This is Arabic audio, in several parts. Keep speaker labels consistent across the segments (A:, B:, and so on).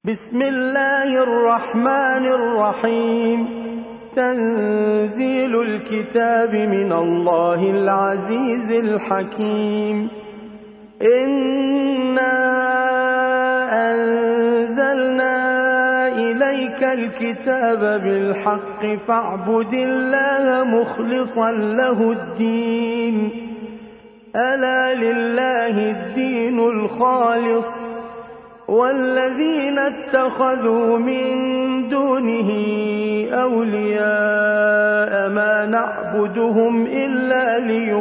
A: بسم الله الرحمن الرحيم. تنزيل الكتاب من الله العزيز الحكيم. إنا أنزلنا إليك الكتاب بالحق فاعبد الله مخلصا له الدين. ألا لله الدين الخالص والذين اتخذوا من دونه أولياء ما نعبدهم إلا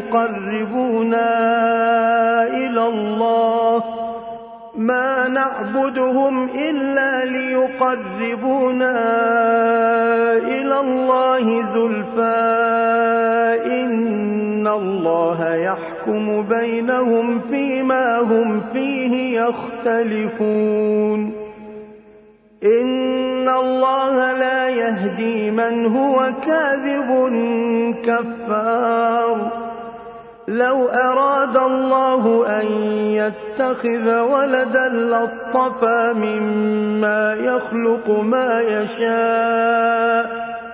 A: ليقربونا إلى الله زلفى إن الله يحكم بينهم فيما هم فيه يختلفون. إن الله لا يهدي من هو كاذب كفار. لو أراد الله أن يتخذ ولدا لاصطفى مما يخلق ما يشاء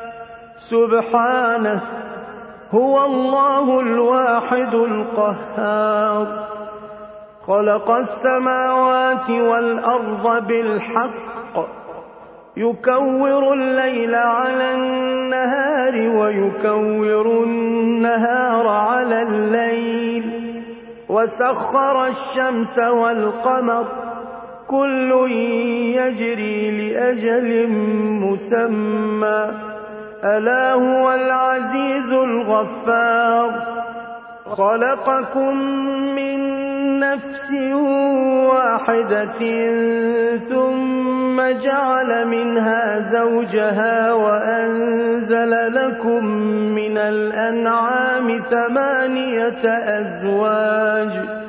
A: سبحانه هو الله الواحد القهار. خلق السماوات والأرض بالحق يكور الليل على النهار ويكور النهار على الليل وسخر الشمس والقمر كل يجري لأجل مسمى ألا هو العزيز الغفار. خلقكم من نفس واحدة ثم جعل منها زوجها وأنزل لكم من الأنعام 8 أزواج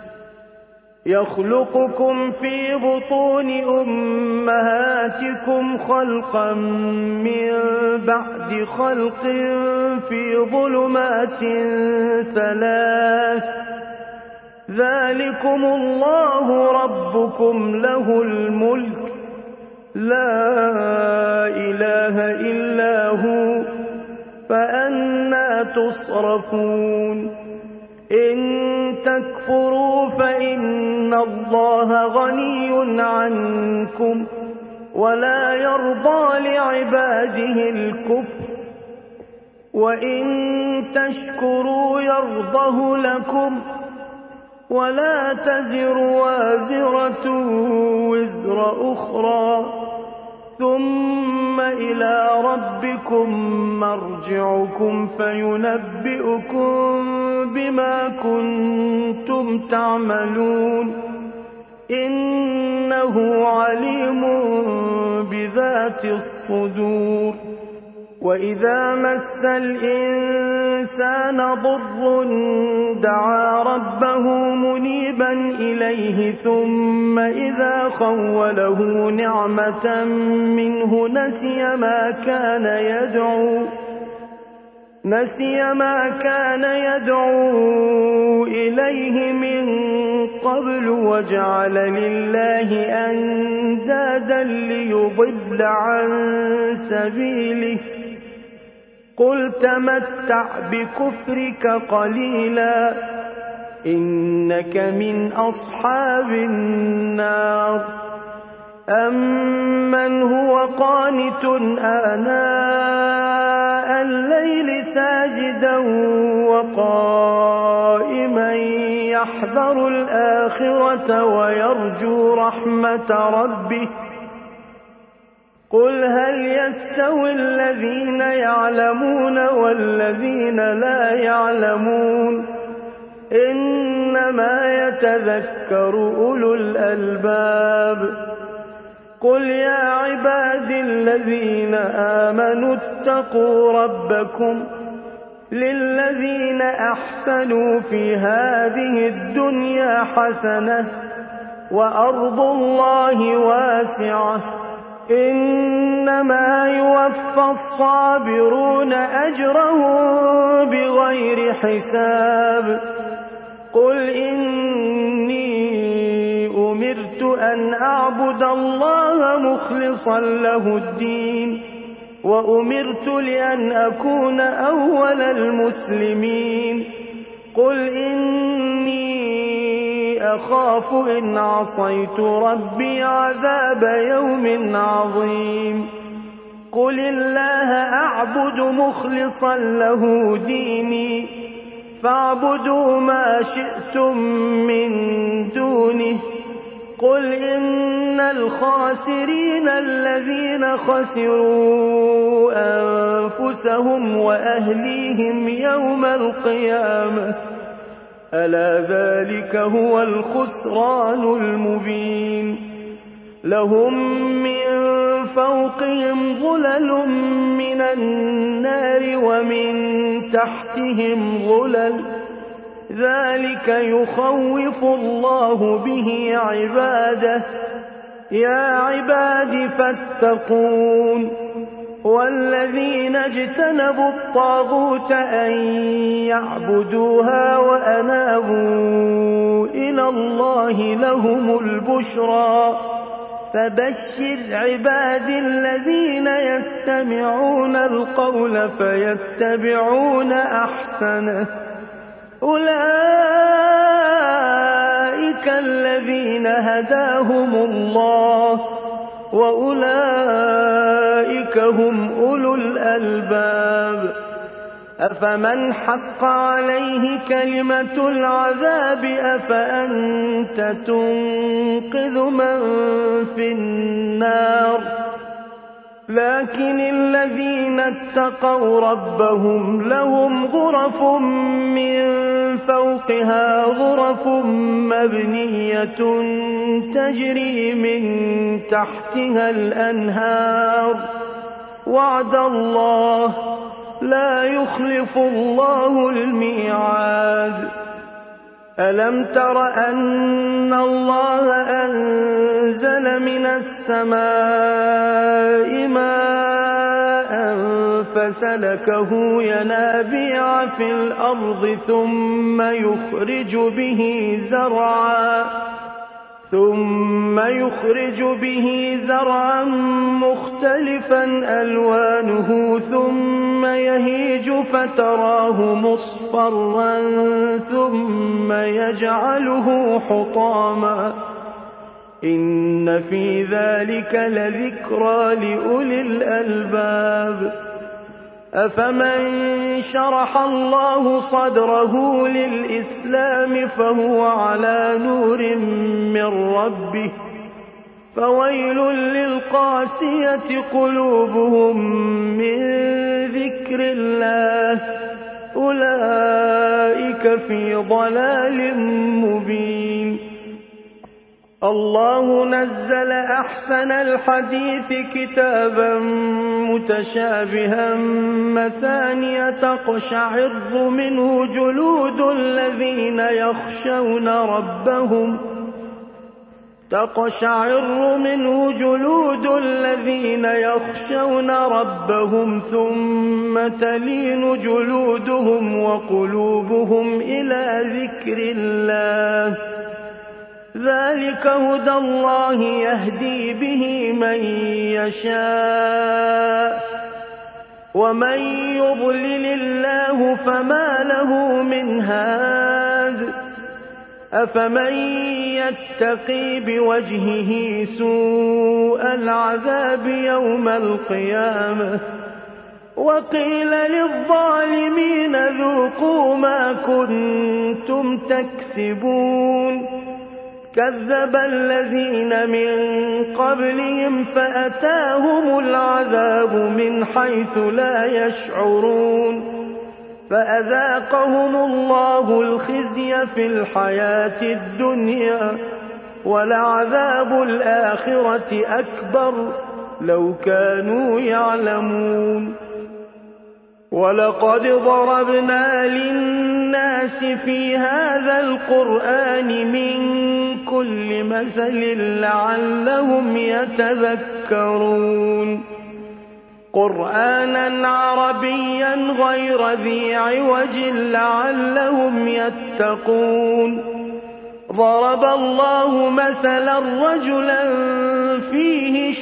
A: يخلقكم في بطون أمهاتكم خلقا من بعد خلق في ظلمات 3 ذلكم الله ربكم له الملك لا إله إلا هو فأنى تصرفون. إن تكفروا فإن الله غني عنكم ولا يرضى لعباده الكفر وإن تشكروا يرضه لكم ولا تزر وازرة وزر أخرى ثم إلى ربكم مرجعكم فينبئكم بما كنتم تعملون إنه عليم بذات الصدور. وإذا مس الإنسان ضر دعا ربه منيبا إليه ثم إذا خوله نعمة منه نسي ما كان يدعو إليه من قبل وجعل لله أندادا ليضل عن سبيله قل تمتع بكفرك قليلا إنك من أصحاب النار. أمن هو قانت آناء الليل ساجدا وقائما يحذر الآخرة ويرجو رحمة ربه قل هل يستوي الذين يعلمون والذين لا يعلمون إنما يتذكر أولو الألباب. قل يا عبادي الذين آمنوا اتقوا ربكم للذين أحسنوا في هذه الدنيا حسنة وأرض الله واسعة إنما يوفى الصابرون أجرهم بغير حساب. قل إني أمرت أن أعبد الله مخلصا له الدين وأمرت لأن أكون أول المسلمين قل إني أخاف إن عصيت ربي عذاب يوم عظيم قل الله أعبد مخلصا له ديني فاعبدوا ما شئتم من دونه قل إن الخاسرين الذين خسروا أنفسهم وأهليهم يوم القيامة ألا ذلك هو الخسران المبين لهم من فوقهم ظلل من النار ومن تحتهم ظلل ذلك يخوف الله به عباده يا عباد فاتقون والذين اجتنبوا الطاغوت أن يعبدوها وأنابوا إلى الله لهم البشرى فبشر عباد الذين يستمعون القول فيتبعون أحسنه أولئك الذين هداهم الله وأولئك هم أولو الألباب أفمن حق عليه كلمة العذاب أفأنت تنقذ من في النار لكن الذين اتقوا ربهم لهم غرف من فوقها غرف مبنية تجري من تحتها الأنهار وعد الله لا يخلف الله الميعاد ألم تر أن الله أنزل من السماء ماء فسلكه ينابيع في الأرض ثم يخرج به زرعا مختلفا ألوانه ثم يهيج فتراه مصفرا ثم يجعله حطاما إن في ذلك لذكرى لأولي الألباب أفمن شرح الله صدره للإسلام فهو على نور من ربه فويل للقاسية قلوبهم من ذكر الله أولئك في ضلال مبين الله نزل أحسن الحديث كتابا متشابها مثانية تقشعر منه جلود الذين يخشون ربهم ثم تلين جلودهم وقلوبهم إلى ذكر الله ذلك هدى الله يهدي به من يشاء ومن يضلل الله فما له من هاد أفمن يتقي بوجهه سوء العذاب يوم القيامة وقيل للظالمين ذوقوا ما كنتم تكسبون كذب الذين من قبلهم فأتاهم العذاب من حيث لا يشعرون فأذاقهم الله الخزي في الحياة الدنيا ولعذاب الآخرة أكبر لو كانوا يعلمون ولقد ضربنا للناس في هذا القرآن من كل مثل لعلهم يتذكرون قرآنا عربيا غير ذي عوج لعلهم يتقون ضرب الله مثلا رجلا فيه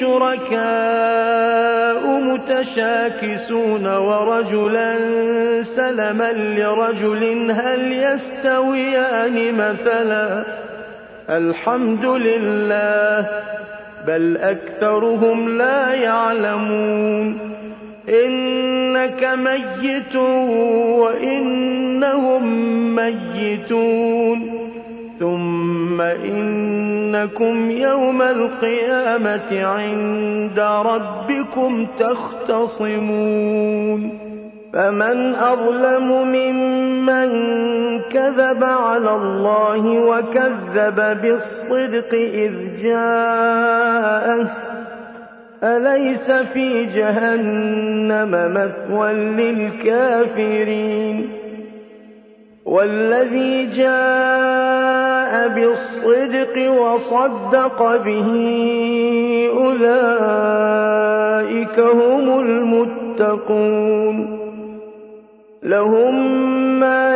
A: شركاء متشاكسون ورجلا سلما لرجل هل يستويان مثلا الحمد لله بل أكثرهم لا يعلمون إنك ميت وإنهم ميتون ثم إنكم يوم القيامة عند ربكم تختصمون فمن أظلم ممن كذب على الله وكذب بالصدق إذ جاءه أليس في جهنم مثوى للكافرين والذي جاء بالصدق وصدق به أولئك هم المتقون لهم ما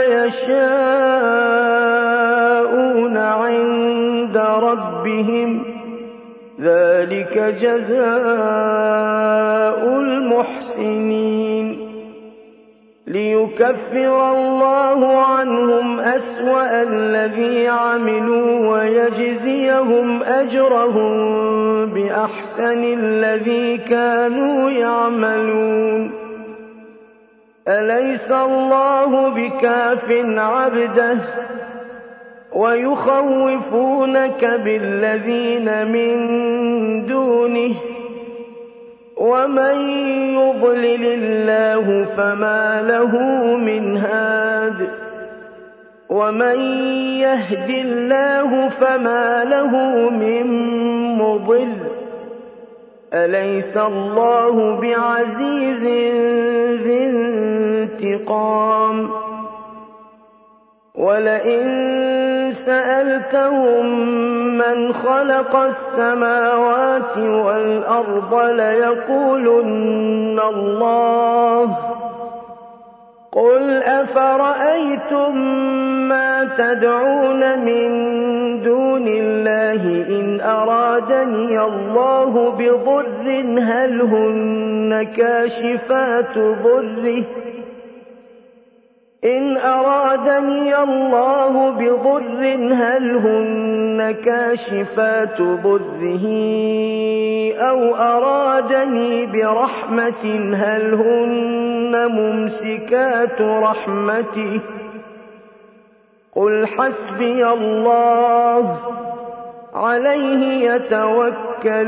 A: يشاءون عند ربهم ذلك جزاء المحسنين ليكفر الله عنهم أسوأ الذي عملوا ويجزيهم أجرهم بأحسن الذي كانوا يعملون أليس الله بكاف عبده ويخوفونك بالذين من دونه ومن يضلل الله فما له من هاد ومن يهد الله فما له من مضل أليس الله بعزيز ذي انتقام ولئن سألتهم من خلق السماوات والأرض ليقولن الله قل أفرأيتم ما تدعون من دون الله إن أرادني الله بضر هل هن كاشفات ضره إن أرادني الله بضر هل هن كاشفات ضره أو أرادني برحمة هل هن ممسكات رحمته قل حسبي الله عليه يتوكل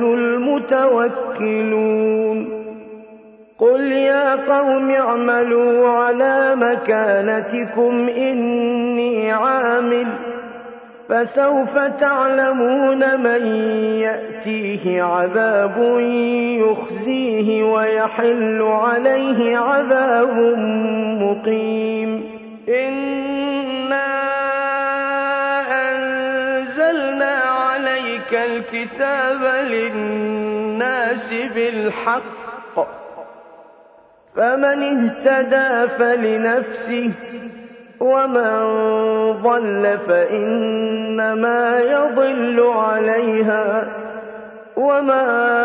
A: المتوكلون قل يا قوم اعملوا على مكانتكم إني عامل فسوف تعلمون من يأتيه عذاب يخزيه ويحل عليه عذاب مقيم إنا أنزلنا عليك الكتاب للناس بالحق فمن اهتدى فلنفسه ومن ضل فإنما يضل عليها وما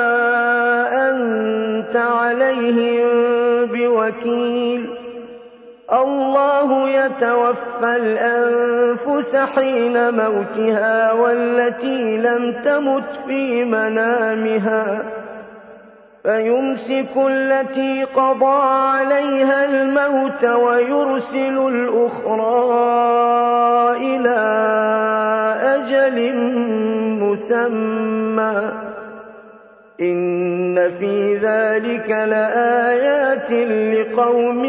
A: أنت عليهم بوكيل الله يتوفى الأنفس حين موتها والتي لم تمت في منامها فيمسك التي قضى عليها الموت ويرسل الأخرى إلى أجل مسمى إن في ذلك لآيات لقوم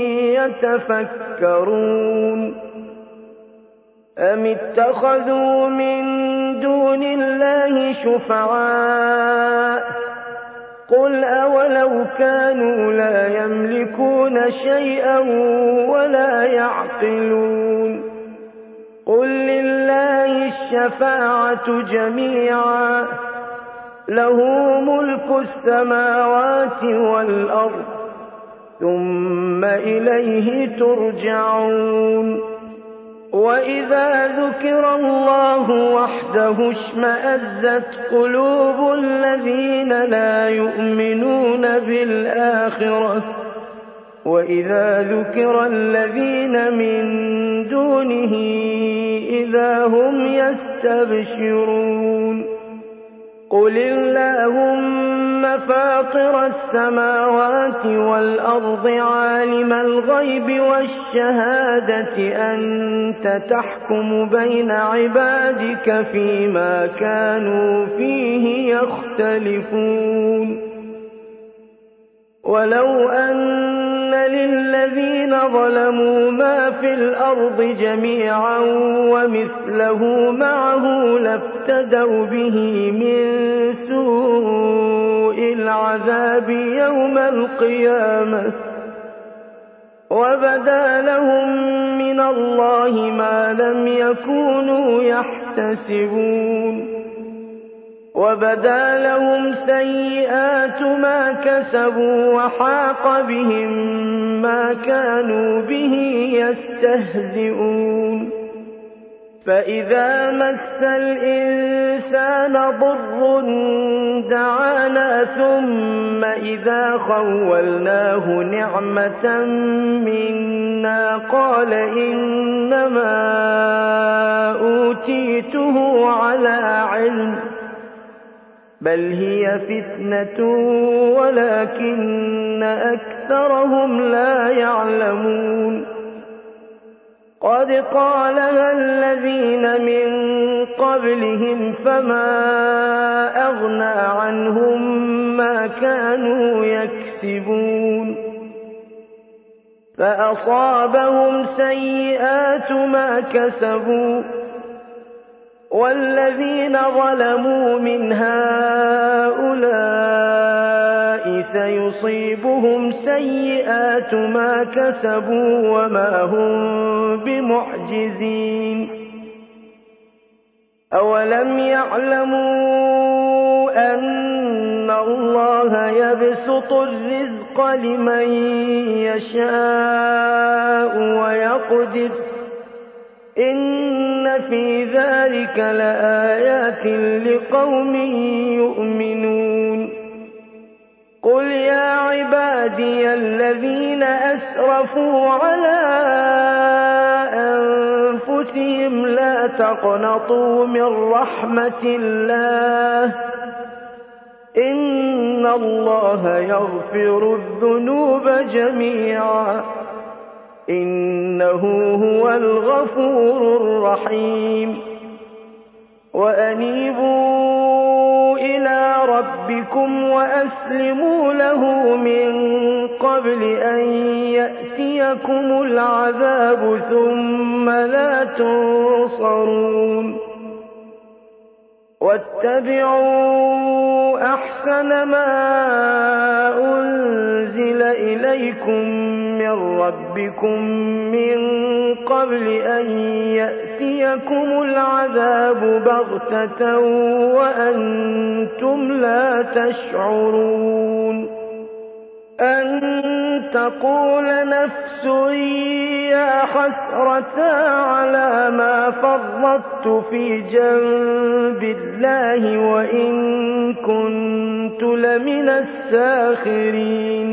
A: يتفكرون أم اتخذوا من دون الله شفعاء قل أولو كانوا لا يملكون شيئا ولا يعقلون قل لله الشفاعة جميعا له ملك السماوات والأرض ثم إليه ترجعون وإذا ذكر الله وحده اشمأزت قلوب الذين لا يؤمنون بالآخرة وإذا ذكر الذين من دونه إذا هم يستبشرون قل اللهم فاطر السماوات والأرض عالم الغيب والشهادة أنت تحكم بين عبادك فيما كانوا فيه يختلفون ولو أن للذين ظلموا ما في الأرض جميعا ومثله معه لافتدوا به من سوء العذاب يوم القيامة وبدا لهم من الله ما لم يكونوا يحتسبون وبدا لهم سيئات ما كسبوا وحاق بهم ما كانوا به يستهزئون فإذا مس الإنسان ضر دعانا ثم إذا خولناه نعمة منا قال إنما أوتيته على علم بل هي فتنة ولكن أكثرهم لا يعلمون قد قالها الذين من قبلهم فما أغنى عنهم ما كانوا يكسبون فأصابهم سيئات ما كسبوا والذين ظلموا من هؤلاء سيصيبهم سيئات ما كسبوا وما هم بمعجزين أولم يعلموا أن الله يبسط الرزق لمن يشاء ويقدر إن في ذلك لآيات لقوم يؤمنون قل يا عبادي الذين أسرفوا على أنفسهم لا تقنطوا من رحمة الله إن الله يغفر الذنوب جميعا إنه هو الغفور الرحيم وأنيبوا إلى ربكم وأسلموا له من قبل أن يأتيكم العذاب ثم لا تنصرون واتبعوا أحسن ما أنزل إليكم من ربكم من قبل أن يأتيكم العذاب بغتة وأنتم لا تشعرون أن تقول نفس يا حسرة على ما فرطت في جنب الله وإن كنت لمن الساخرين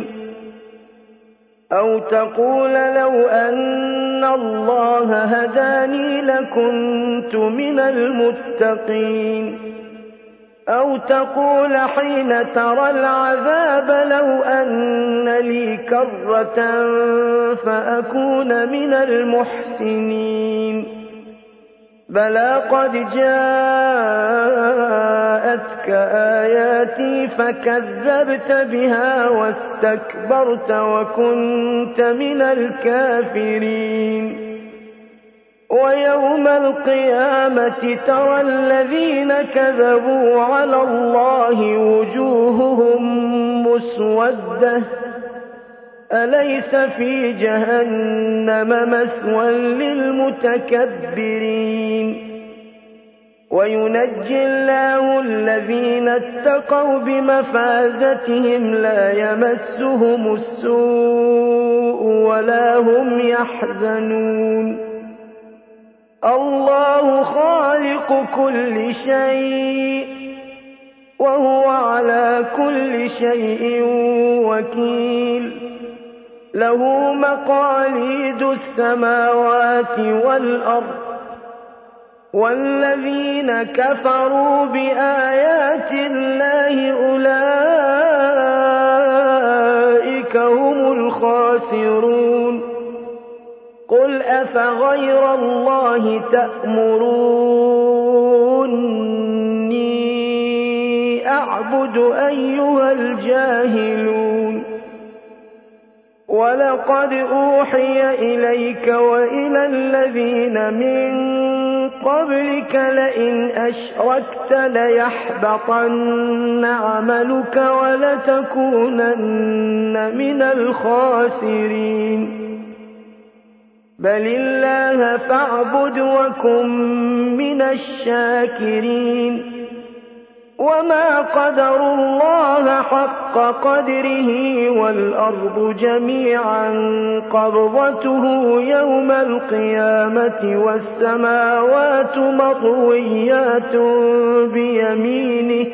A: أو تقول لو أن الله هداني لكنت من المتقين أو تقول حين ترى العذاب لو أن لي كرة فأكون من المحسنين بلى قد جاءتك آياتي فكذبت بها واستكبرت وكنت من الكافرين ويوم القيامة ترى الذين كذبوا على الله وجوههم مسودة أليس في جهنم مثوى للمتكبرين وينجي الله الذين اتقوا بمفازتهم لا يمسهم السوء ولا هم يحزنون الله خالق كل شيء وهو على كل شيء وكيل له مقاليد السماوات والأرض والذين كفروا بآيات الله أولئك هم الخاسرون قل أفغير الله تأمروني أعبد أيها الجاهلون ولقد أوحي إليك وإلى الذين من قبلك لئن أشركت ليحبطن عملك ولتكونن من الخاسرين بل الله فاعبد وكن من الشاكرين وما قدروا الله حق قدره والأرض جميعا قبضته يوم القيامة والسماوات مطويات بيمينه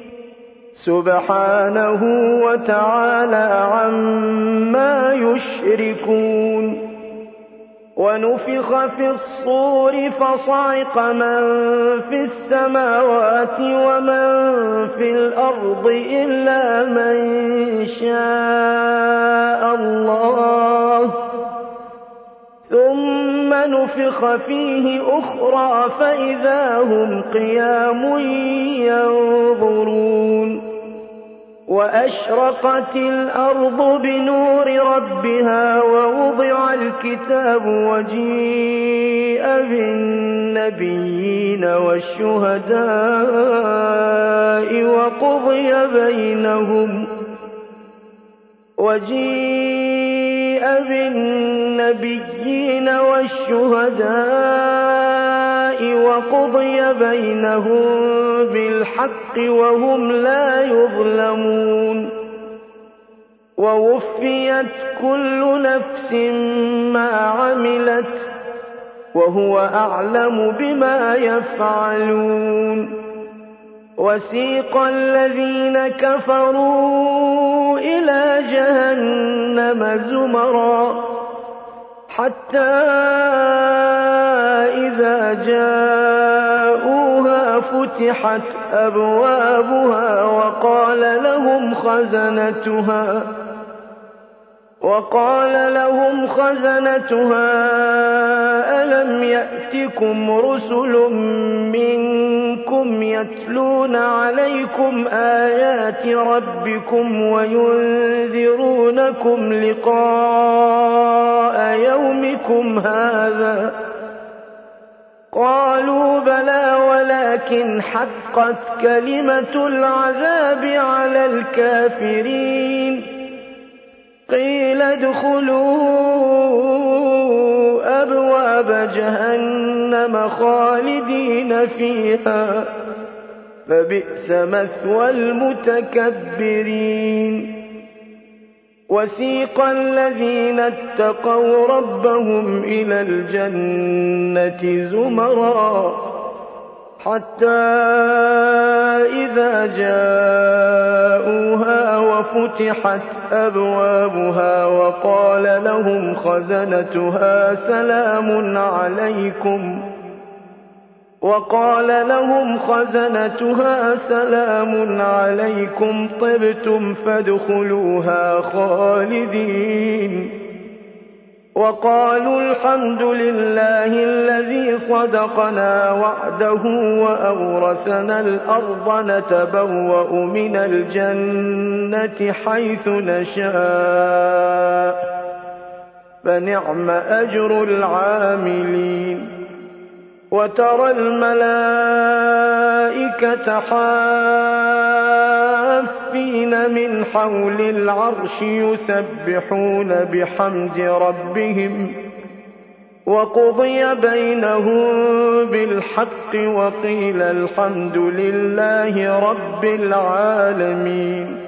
A: سبحانه وتعالى عما يشركون ونفخ في الصور فصعق من في السماوات ومن في الأرض إلا من شاء الله ثم نفخ فيه أخرى فإذا هم قيام ينظرون وأشرقت الأرض بنور ربها ووضع الكتاب وجيء بالنبيين والشهداء وقضي بينهم بالحق وهم لا يظلمون ووفيت كل نفس ما عملت وهو أعلم بما يفعلون وسيق الذين كفروا إلى جهنم زمرا حتى إذا جاءوها فتحت أبوابها وقال لهم خزنتها ألم يأتكم رسل منكم يتلون عليكم آيات ربكم وينذرونكم لقاء يومكم هذا قالوا بلى ولكن حقت كلمة العذاب على الكافرين قيل ادخلوا أبواب جهنم خالدين فيها فبئس مثوى المتكبرين وسيق الذين اتقوا ربهم إلى الجنة زمرا حتى إذا جاءوها وفتحت أبوابها وقال لهم خزنتها سلام عليكم طبتم فادخلوها خالدين وقالوا الحمد لله الذي صدقنا وعده وأورثنا الأرض نتبوأ من الجنة حيث نشاء فنعم أجر العاملين وترى الملائكة حافين من حول العرش يسبحون بحمد ربهم وقضي بينهم بالحق وقيل الحمد لله رب العالمين